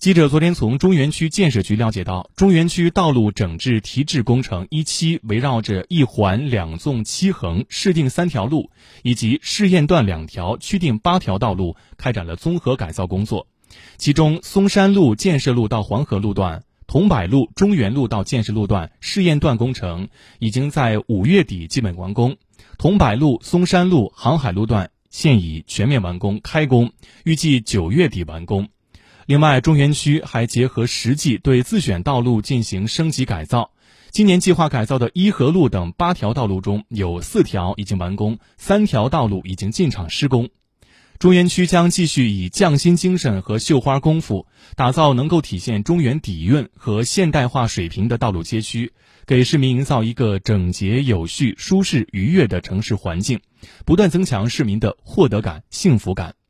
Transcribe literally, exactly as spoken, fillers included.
记者昨天从中原区建设局了解到，中原区道路整治提质工程一期围绕着一环两纵七横试定三条路以及试验段两条区定八条道路开展了综合改造工作。其中松山路建设路到黄河路段、桐柏路中原路到建设路段试验段工程已经在五月底基本完工，桐柏路、松山路、航海路段现已全面完工开工，预计九月底完工。另外，中原区还结合实际对自选道路进行升级改造。今年计划改造的伊河路等八条道路中，有四条已经完工，三条道路已经进场施工。中原区将继续以匠心精神和绣花功夫，打造能够体现中原底蕴和现代化水平的道路街区，给市民营造一个整洁、有序、舒适、愉悦的城市环境，不断增强市民的获得感、幸福感。